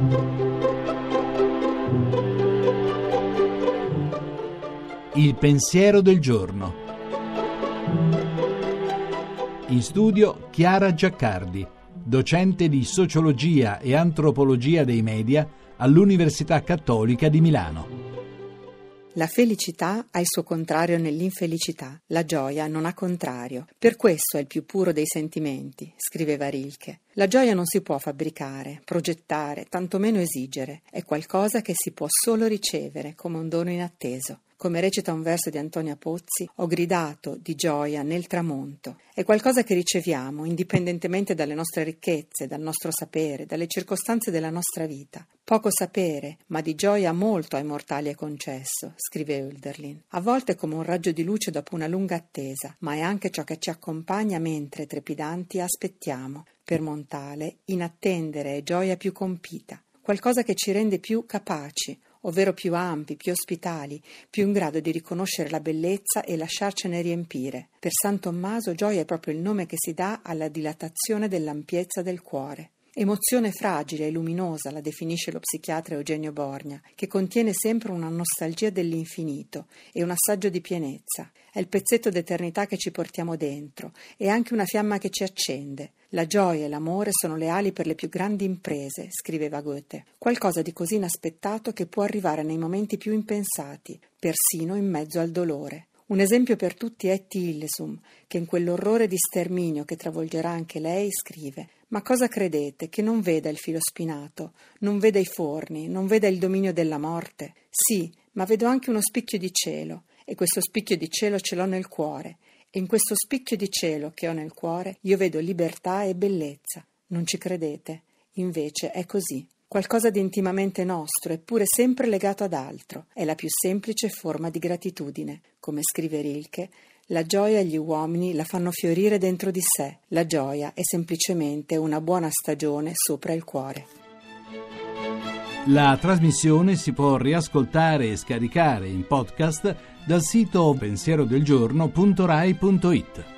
Il pensiero del giorno. In studio Chiara Giaccardi, docente di sociologia e antropologia dei media all'Università Cattolica di Milano. La felicità ha il suo contrario nell'infelicità, la gioia non ha contrario. Per questo è il più puro dei sentimenti, scriveva Rilke. La gioia non si può fabbricare, progettare, tantomeno esigere. È qualcosa che si può solo ricevere come un dono inatteso. Come recita un verso di Antonia Pozzi, ho gridato di gioia nel tramonto. È qualcosa che riceviamo, indipendentemente dalle nostre ricchezze, dal nostro sapere, dalle circostanze della nostra vita. Poco sapere, ma di gioia molto ai mortali è concesso, scrive Hölderlin. A volte è come un raggio di luce dopo una lunga attesa, ma è anche ciò che ci accompagna mentre, trepidanti, aspettiamo. Per Montale, inattendere è gioia più compita, qualcosa che ci rende più capaci, ovvero più ampi, più ospitali, più in grado di riconoscere la bellezza e lasciarcene riempire. Per San Tommaso gioia è proprio il nome che si dà alla dilatazione dell'ampiezza del cuore. Emozione fragile e luminosa, la definisce lo psichiatra Eugenio Borgna, che contiene sempre una nostalgia dell'infinito e un assaggio di pienezza. È il pezzetto d'eternità che ci portiamo dentro e anche una fiamma che ci accende. La gioia e l'amore sono le ali per le più grandi imprese, scriveva Goethe. Qualcosa di così inaspettato che può arrivare nei momenti più impensati, persino in mezzo al dolore. Un esempio per tutti è Etty Hillesum, che in quell'orrore di sterminio che travolgerà anche lei scrive: «Ma cosa credete? Che non veda il filo spinato, non veda i forni, non veda il dominio della morte? Sì, ma vedo anche uno spicchio di cielo, e questo spicchio di cielo ce l'ho nel cuore, e in questo spicchio di cielo che ho nel cuore io vedo libertà e bellezza. Non ci credete? Invece è così. Qualcosa di intimamente nostro, eppure sempre legato ad altro. È la più semplice forma di gratitudine. Come scrive Rilke, la gioia gli uomini la fanno fiorire dentro di sé. La gioia è semplicemente una buona stagione sopra il cuore». La trasmissione si può riascoltare e scaricare in podcast dal sito pensierodelgiorno.rai.it.